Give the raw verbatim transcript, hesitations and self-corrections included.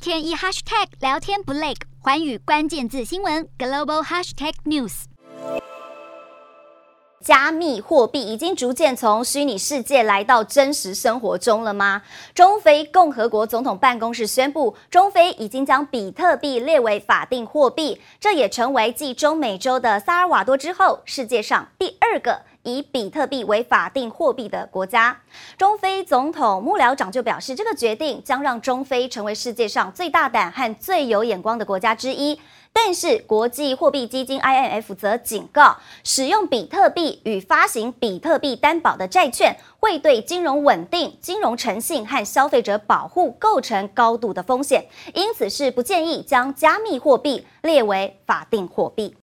天一 hashtag 聊天不累，寰宇关键字新闻 global hashtag news。 加密货币已经逐渐从虚拟世界来到真实生活中了吗？中非共和国总统办公室宣布，中非已经将比特币列为法定货币，这也成为继中美洲的萨尔瓦多之后，世界上第二个以比特币为法定货币的国家。中非总统幕僚长就表示，这个决定将让中非成为世界上最大胆和最有眼光的国家之一。但是，国际货币基金 I M F 则警告，使用比特币与发行比特币担保的债券，会对金融稳定、金融诚信和消费者保护构成高度的风险，因此是不建议将加密货币列为法定货币。